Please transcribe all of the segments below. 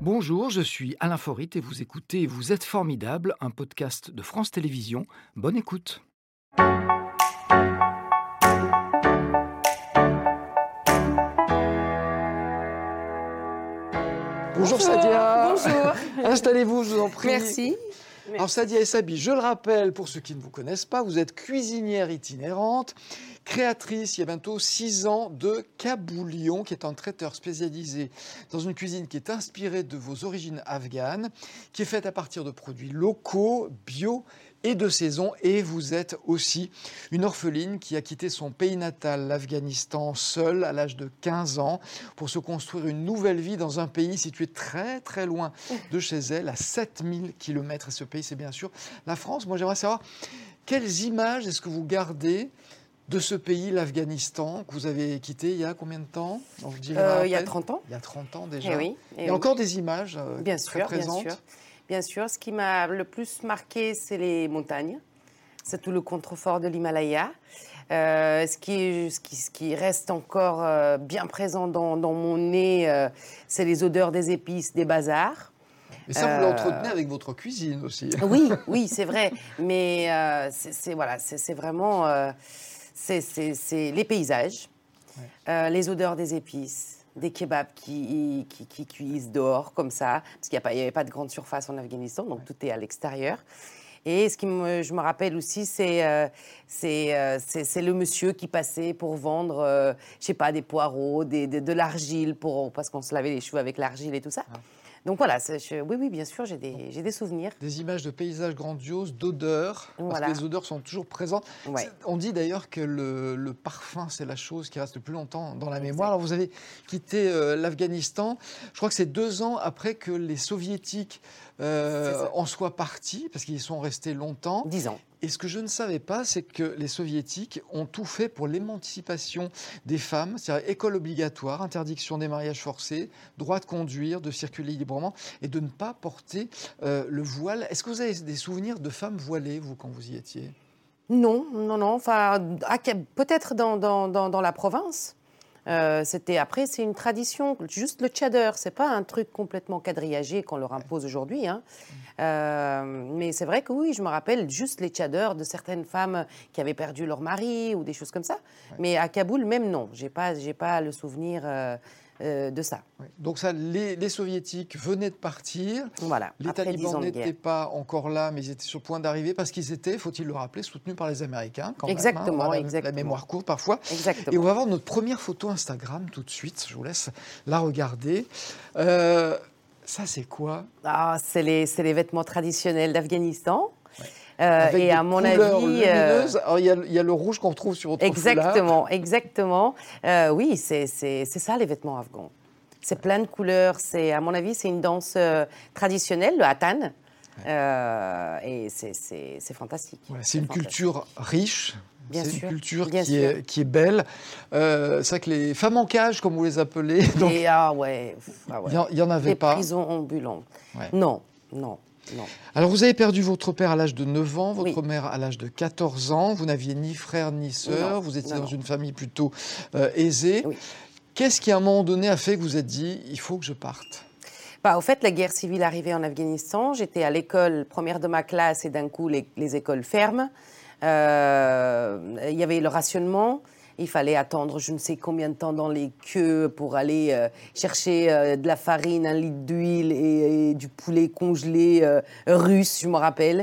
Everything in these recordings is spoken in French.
Bonjour, je suis Alain Forit et vous écoutez Vous êtes formidable, un podcast de France Télévisions. Bonne écoute. Bonjour Sadia. Bonjour. Installez-vous, je vous en prie. Merci. Alors Sadia Essabi, je le rappelle, pour ceux qui ne vous connaissent pas, vous êtes cuisinière itinérante, créatrice il y a bientôt 6 ans de Kaboulion, qui est un traiteur spécialisé dans une cuisine qui est inspirée de vos origines afghanes, qui est faite à partir de produits locaux, bio et de saison. Et vous êtes aussi une orpheline qui a quitté son pays natal, l'Afghanistan, seule à l'âge de 15 ans, pour se construire une nouvelle vie dans un pays situé très très loin de chez elle, à 7000 km. Et ce pays, c'est bien sûr la France. Moi, j'aimerais savoir quelles images est-ce que vous gardez de ce pays, l'Afghanistan, que vous avez quitté il y a combien de temps? Il y a 30 ans. Il y a 30 ans déjà. Eh oui, il y a encore des images bien très sûr, présentes. Bien sûr. Ce qui m'a le plus marqué, c'est les montagnes. C'est tout le contrefort de l'Himalaya. Ce qui reste encore bien présent dans mon nez, c'est les odeurs des épices, des bazars. Et ça, vous l'entretenez avec votre cuisine aussi. Oui, c'est vrai. Mais c'est vraiment c'est les paysages, les odeurs des épices, des kebabs qui cuisent dehors comme ça, parce qu'il n'y avait pas de grande surface en Afghanistan, donc tout est à l'extérieur. Et je me rappelle aussi, c'est le monsieur qui passait pour vendre, je sais pas, des poireaux, de l'argile, parce qu'on se lavait les cheveux avec l'argile et tout ça. Donc voilà, oui, bien sûr, j'ai des souvenirs. Des images de paysages grandioses, d'odeurs, parce que les odeurs sont toujours présentes. Ouais. On dit d'ailleurs que le parfum, c'est la chose qui reste le plus longtemps dans la mémoire. Alors vous avez quitté l'Afghanistan, je crois que c'est 2 ans après que les Soviétiques en soient partis, parce qu'ils y sont restés longtemps. 10 ans. Et ce que je ne savais pas, c'est que les Soviétiques ont tout fait pour l'émancipation des femmes, c'est-à-dire école obligatoire, interdiction des mariages forcés, droit de conduire, de circuler librement et de ne pas porter le voile. Est-ce que vous avez des souvenirs de femmes voilées, vous, quand vous y étiez ? Non. Enfin, peut-être dans la province. C'est une tradition. Juste le tchador, c'est pas un truc complètement quadrillagé qu'on leur impose aujourd'hui. Mais c'est vrai que oui, je me rappelle juste les tchadors de certaines femmes qui avaient perdu leur mari ou des choses comme ça. Ouais. Mais à Kaboul, même non, j'ai pas le souvenir de ça. Ouais. Donc ça, les Soviétiques venaient de partir. Voilà. Les talibans n'étaient pas encore là, mais ils étaient sur le point d'arriver parce qu'ils étaient, faut-il le rappeler, soutenus par les Américains. Quand exactement, même, la mémoire courte parfois. Exactement. Et on va voir notre première photo Instagram tout de suite. Je vous laisse la regarder. Ça, c'est quoi ? C'est les vêtements traditionnels d'Afghanistan. Avec et à mon avis, lumineuses. Alors, il y a le rouge qu'on retrouve sur votre foulard. Exactement. Oui, c'est ça les vêtements afghans. C'est plein de couleurs. À mon avis, c'est une danse traditionnelle, le hatan. Et c'est fantastique. Voilà, c'est une culture riche. Bien c'est sûr, une culture qui est belle. C'est vrai que les femmes en cage, comme vous les appelez, donc, il y en avait pas. Les prisons ambulantes. Ouais. Non. Alors, vous avez perdu votre père à l'âge de 9 ans, votre mère à l'âge de 14 ans. Vous n'aviez ni frère ni sœur. Vous étiez dans une famille plutôt aisée. Oui. Qu'est-ce qui, à un moment donné, a fait que vous vous êtes dit « il faut que je parte » ? Au fait, la guerre civile arrivait en Afghanistan. J'étais à l'école première de ma classe et d'un coup, les écoles ferment. Il y avait le rationnement. Il fallait attendre je ne sais combien de temps dans les queues pour aller chercher de la farine, 1 litre d'huile et du poulet congelé russe, je me rappelle.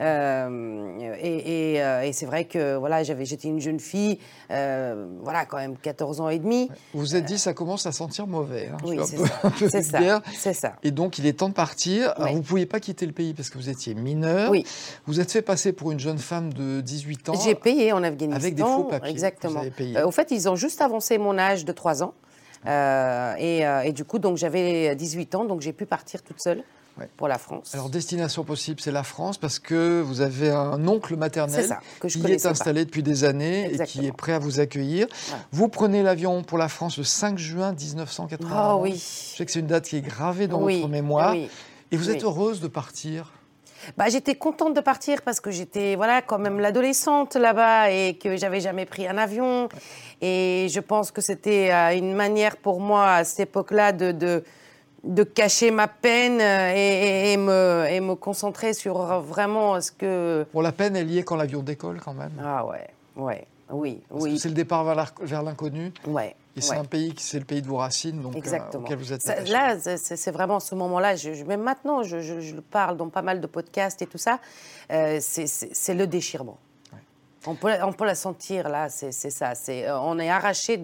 Et c'est vrai que j'étais une jeune fille, quand même 14 ans et demi. Vous vous êtes dit, ça commence à sentir mauvais. Oui, c'est ça. Et donc, il est temps de partir. Alors, vous ne pouviez pas quitter le pays parce que vous étiez mineure. Oui. Vous êtes fait passer pour une jeune femme de 18 ans. J'ai payé en Afghanistan. Avec des faux papiers. Exactement. Vous avez payé. Au fait, ils ont juste avancé mon âge de 3 ans. Et du coup, donc, j'avais 18 ans, donc j'ai pu partir toute seule. Pour la France. Alors, destination possible, c'est la France parce que vous avez un oncle maternel qui est installé depuis des années et qui est prêt à vous accueillir. Ouais. Vous prenez l'avion pour la France le 5 juin 1980. Oh oui. Je sais que c'est une date qui est gravée dans votre mémoire. Oui. Et vous êtes heureuse de partir ? J'étais contente de partir parce que j'étais quand même l'adolescente là-bas et que j'avais jamais pris un avion. Et je pense que c'était une manière pour moi à cette époque-là de cacher ma peine et me concentrer sur vraiment ce que... Bon, la peine est liée quand l'avion décolle, quand même. Ah ouais, oui. Parce que c'est le départ vers l'inconnu. Ouais. Et c'est un pays, c'est le pays de vos racines, donc auquel vous êtes attaché. Là, c'est vraiment ce moment-là. Même maintenant, je parle dans pas mal de podcasts et tout ça. C'est le déchirement. Ouais. On peut la sentir là. C'est ça. On est arraché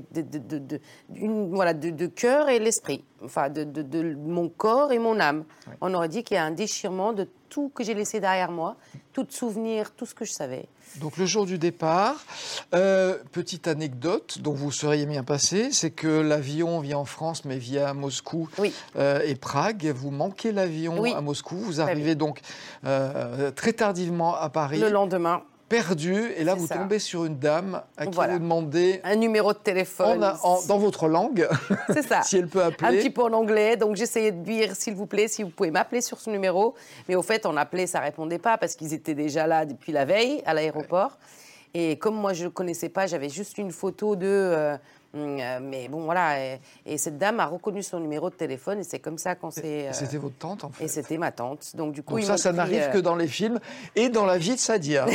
de cœur et l'esprit. Enfin, de mon corps et mon âme. Ouais. On aurait dit qu'il y a un déchirement de tout que j'ai laissé derrière moi, tout souvenir, tout ce que je savais. Donc le jour du départ, petite anecdote dont vous seriez bien passé, c'est que l'avion vient en France mais via Moscou et Prague. Vous manquez l'avion à Moscou, vous arrivez donc très tardivement à Paris. Le lendemain. Perdu, et là vous tombez sur une dame à qui vous demandez un numéro de téléphone dans votre langue, c'est ça. Si elle peut appeler. Un petit peu en anglais, donc j'essayais de dire s'il vous plaît, si vous pouvez m'appeler sur ce numéro, mais au fait on appelait, ça répondait pas parce qu'ils étaient déjà là depuis la veille à l'aéroport, et comme moi je le connaissais pas, j'avais juste une photo de mais bon voilà, et cette dame a reconnu son numéro de téléphone et c'est comme ça qu'on s'est... C'était votre tante en fait. Et c'était ma tante, donc du coup... Donc ça n'arrive que dans les films et dans la vie de Sadia.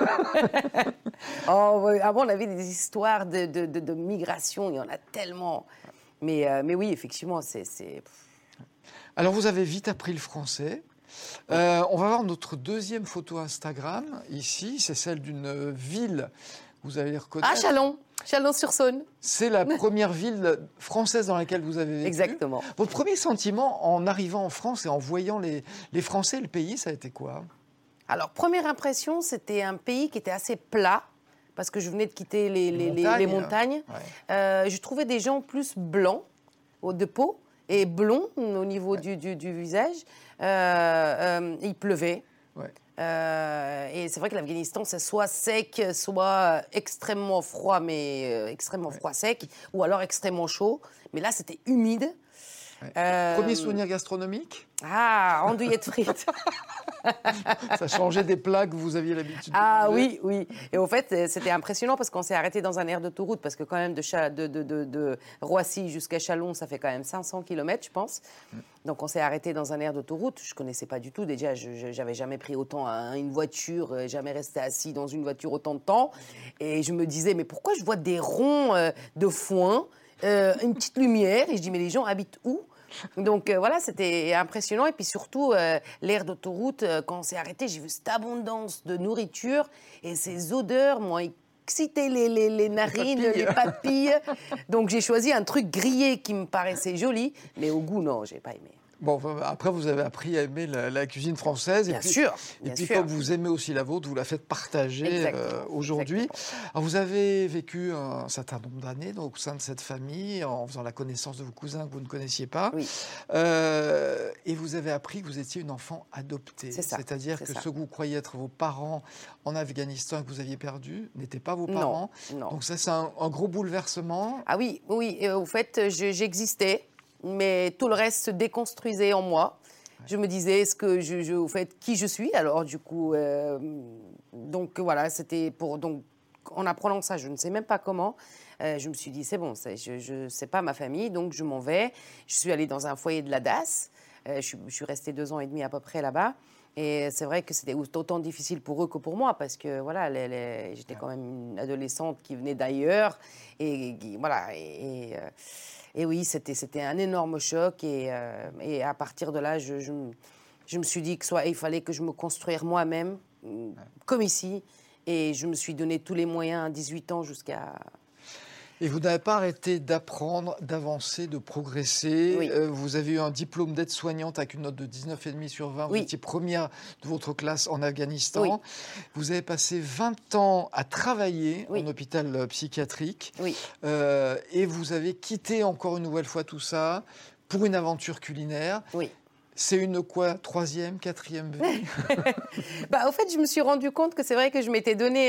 À mon avis, des histoires de migration, il y en a tellement. Mais oui, effectivement, c'est... Alors vous avez vite appris le français. On va voir notre deuxième photo Instagram ici, c'est celle d'une ville. Vous allez reconnaître. Ah, Chalon-sur-Saône. C'est la première ville française dans laquelle vous avez vécu. Exactement. Votre premier sentiment en arrivant en France et en voyant les Français, le pays, ça a été quoi? Alors, première impression, c'était un pays qui était assez plat, parce que je venais de quitter les montagnes. Ouais. Je trouvais des gens plus blancs de peau et blonds au niveau du visage. Il pleuvait. Ouais. Et c'est vrai que l'Afghanistan, c'est soit sec, soit extrêmement froid, mais extrêmement froid sec, ou alors extrêmement chaud. Mais là, c'était humide. Ouais. Premier souvenir gastronomique? Ah, andouillettes frites. Ça changeait des plats que vous aviez l'habitude de manger. Oui. Et au fait, c'était impressionnant parce qu'on s'est arrêté dans un aire d'autoroute, parce que quand même de Roissy jusqu'à Chalon, ça fait quand même 500 km, je pense. Donc on s'est arrêté dans un aire d'autoroute. Je ne connaissais pas du tout. Déjà, je n'avais jamais pris autant une voiture, jamais resté assis dans une voiture autant de temps. Et je me disais, mais pourquoi je vois des ronds de foin, une petite lumière? Et je dis, mais les gens habitent où? Donc voilà, c'était impressionnant. Et puis surtout, l'aire d'autoroute, quand on s'est arrêté, j'ai vu cette abondance de nourriture et ces odeurs m'ont excité les narines, les papilles. Donc j'ai choisi un truc grillé qui me paraissait joli, mais au goût, non, j'ai pas aimé. Bon, après, vous avez appris à aimer la cuisine française. Bien sûr. Et puis, comme vous aimez aussi la vôtre, vous la faites partager aujourd'hui. Alors, vous avez vécu un certain nombre d'années au sein de cette famille, en faisant la connaissance de vos cousins que vous ne connaissiez pas. Oui. Et vous avez appris que vous étiez une enfant adoptée. C'est ça. C'est-à-dire que ceux que vous croyez être vos parents en Afghanistan et que vous aviez perdus n'étaient pas vos parents. Non. Donc ça, c'est un gros bouleversement. Ah oui. Et, au fait, j'existais. Mais tout le reste se déconstruisait en moi. Ouais. Je me disais, est-ce que au fait, qui je suis? Alors, du coup, donc voilà, c'était pour... Donc, en apprenant ça, je ne sais même pas comment, je me suis dit, c'est bon, je sais pas ma famille, donc je m'en vais. Je suis allée dans un foyer de la DAS. Je suis restée 2 ans et demi à peu près là-bas. Et c'est vrai que c'était autant difficile pour eux que pour moi, parce que voilà, j'étais quand même une adolescente qui venait d'ailleurs. Et voilà, et oui, c'était un énorme choc. Et à partir de là, je me suis dit il fallait que je me construise moi-même, comme ici. Et je me suis donné tous les moyens à 18 ans jusqu'à... Et vous n'avez pas arrêté d'apprendre, d'avancer, de progresser. Oui. Vous avez eu un diplôme d'aide-soignante avec une note de 19,5 sur 20. Vous étiez première de votre classe en Afghanistan. Oui. Vous avez passé 20 ans à travailler en hôpital psychiatrique. Oui. Et vous avez quitté encore une nouvelle fois tout ça pour une aventure culinaire. Oui. C'est une quoi, 3e, 4e vie? Au fait, je me suis rendu compte que c'est vrai que je m'étais donné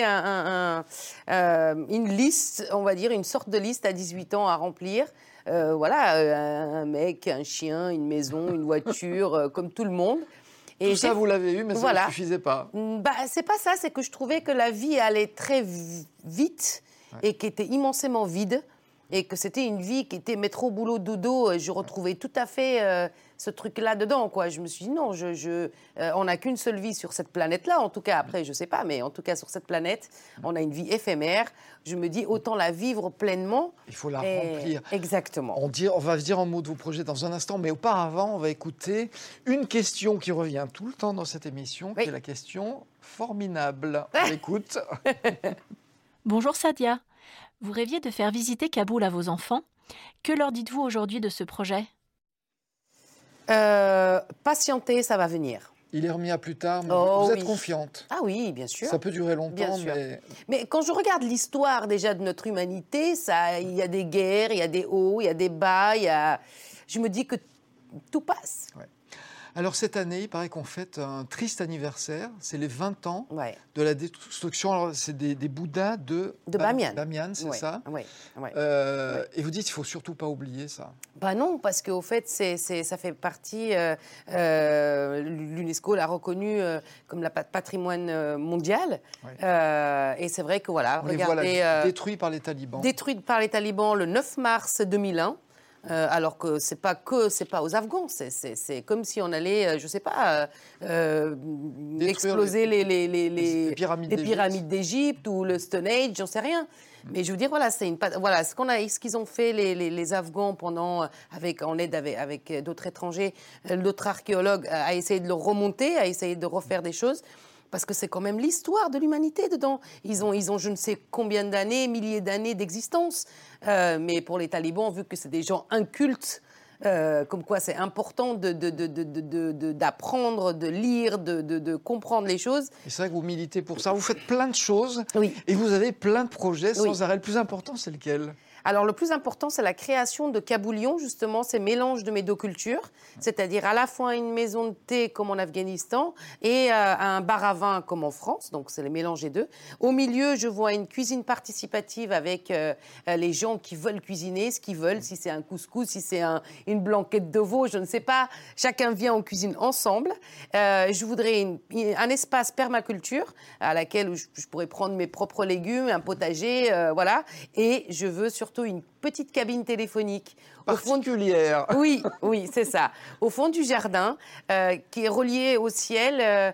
une liste, on va dire, une sorte de liste à 18 ans à remplir. Un mec, un chien, une maison, une voiture, comme tout le monde. Et tout ça, vous l'avez eu, mais ça ne suffisait pas. C'est pas ça, c'est que je trouvais que la vie allait très vite et qu'elle était immensément vide. Et que c'était une vie qui était métro, boulot, dodo. Je retrouvais tout à fait ce truc-là dedans, quoi. Je me suis dit, non, on n'a qu'une seule vie sur cette planète-là. En tout cas, après, je ne sais pas, mais en tout cas, sur cette planète, on a une vie éphémère. Je me dis, autant la vivre pleinement. Il faut la remplir. Exactement. On va dire en mots de vos projets dans un instant, mais auparavant, on va écouter une question qui revient tout le temps dans cette émission, qui est la question formidable. On écoute. Bonjour Sadia. Vous rêviez de faire visiter Kaboul à vos enfants. Que leur dites-vous aujourd'hui de ce projet ? Patienter, ça va venir. Il est remis à plus tard, mais vous êtes confiante. Ah oui, bien sûr. Ça peut durer longtemps, mais quand je regarde l'histoire déjà de notre humanité, il y a des guerres, il y a des hauts, il y a des bas, je me dis que tout passe. Ouais. Alors cette année, il paraît qu'on fête un triste anniversaire, c'est les 20 ans de la destruction. Alors c'est des Bouddhas de Bamiyan. Bamiyan, c'est ça. Oui. Et vous dites qu'il ne faut surtout pas oublier ça. Bah non, parce qu'au fait, ça fait partie. L'UNESCO l'a reconnu comme le patrimoine mondial. Et c'est vrai que voilà, on regardez, les voilà détruits par les talibans. Détruits par les talibans le 9 mars 2001. Alors que c'est pas aux Afghans, c'est comme si on allait, je sais pas, exploser les pyramides d'Égypte ou le Stone Age, j'en sais rien. Mais je veux dire, voilà, ce qu'ils ont fait les Afghans en aide avec d'autres étrangers, d'autres archéologues, à essayer de le remonter, à essayer de refaire des choses. Parce que c'est quand même l'histoire de l'humanité dedans. Ils ont je ne sais combien d'années, milliers d'années d'existence. Mais pour les talibans, vu que c'est des gens incultes, comme quoi c'est important d'apprendre, de lire, de comprendre les choses. Et c'est vrai que vous militez pour ça. Vous faites plein de choses et vous avez plein de projets sans arrêt. Le plus important, c'est lequel ? Alors, le plus important, c'est la création de Kaboulion, justement, ces mélanges de mes deux cultures, c'est-à-dire à la fois une maison de thé comme en Afghanistan et un bar à vin comme en France, donc c'est le mélange des deux. Au milieu, je vois une cuisine participative avec les gens qui veulent cuisiner, ce qu'ils veulent, si c'est un couscous, si c'est une blanquette de veau, je ne sais pas, chacun vient en cuisine ensemble. Je voudrais un espace permaculture à laquelle je pourrais prendre mes propres légumes, un potager, voilà, et je veux surtout une petite cabine téléphonique particulière. Oui, c'est ça. Au fond du jardin, qui est relié au ciel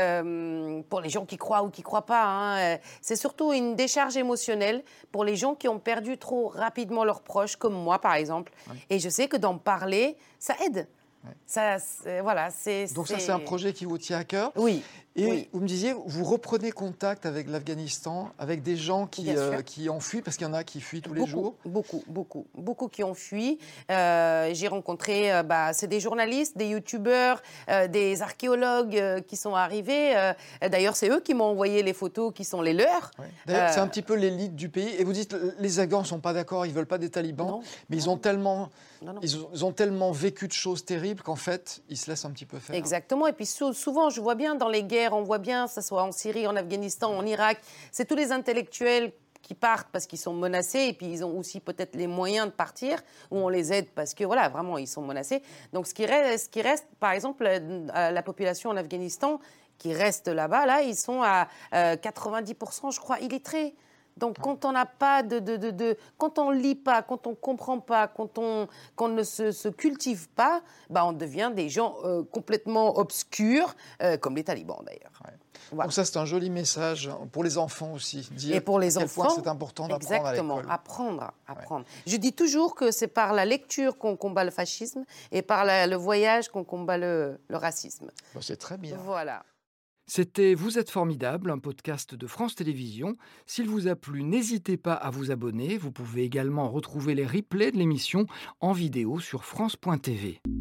pour les gens qui croient ou qui ne croient pas. C'est surtout une décharge émotionnelle pour les gens qui ont perdu trop rapidement leurs proches, comme moi par exemple. Ouais. Et je sais que d'en parler, ça aide. Ouais. Ça, Donc ça, c'est un projet qui vous tient à cœur. Oui. Et vous me disiez, vous reprenez contact avec l'Afghanistan, avec des gens qui ont fui, parce qu'il y en a qui fuient tous les jours. Beaucoup qui ont fui. J'ai rencontré, c'est des journalistes, des youtubeurs, des archéologues qui sont arrivés. D'ailleurs, c'est eux qui m'ont envoyé les photos qui sont les leurs. Ouais. D'ailleurs, c'est un petit peu l'élite du pays. Et vous dites, les Afghans ne sont pas d'accord, ils ne veulent pas des talibans, mais ils ont tellement vécu de choses terribles qu'en fait, ils se laissent un petit peu faire. Exactement. Et puis souvent, je vois bien dans les guerres, on voit bien, que ce soit en Syrie, en Afghanistan, en Irak, c'est tous les intellectuels qui partent parce qu'ils sont menacés et puis ils ont aussi peut-être les moyens de partir ou on les aide parce que voilà, vraiment, ils sont menacés. Donc, ce qui reste, par exemple, la population en Afghanistan qui reste là-bas, là, ils sont à 90%, je crois, illettrés. Donc, quand on n'a pas quand on lit pas, quand on comprend pas, quand on ne se cultive pas, on devient des gens complètement obscurs, comme les talibans d'ailleurs. Ouais. Voilà. Donc ça, c'est un joli message pour les enfants aussi. Et pour les enfants, c'est important d'apprendre à l'école. Exactement, apprendre. Ouais. Je dis toujours que c'est par la lecture qu'on combat le fascisme et par le voyage qu'on combat le racisme. Bon, c'est très bien. Voilà. C'était Vous êtes formidable, un podcast de France Télévisions. S'il vous a plu, n'hésitez pas à vous abonner. Vous pouvez également retrouver les replays de l'émission en vidéo sur France.tv.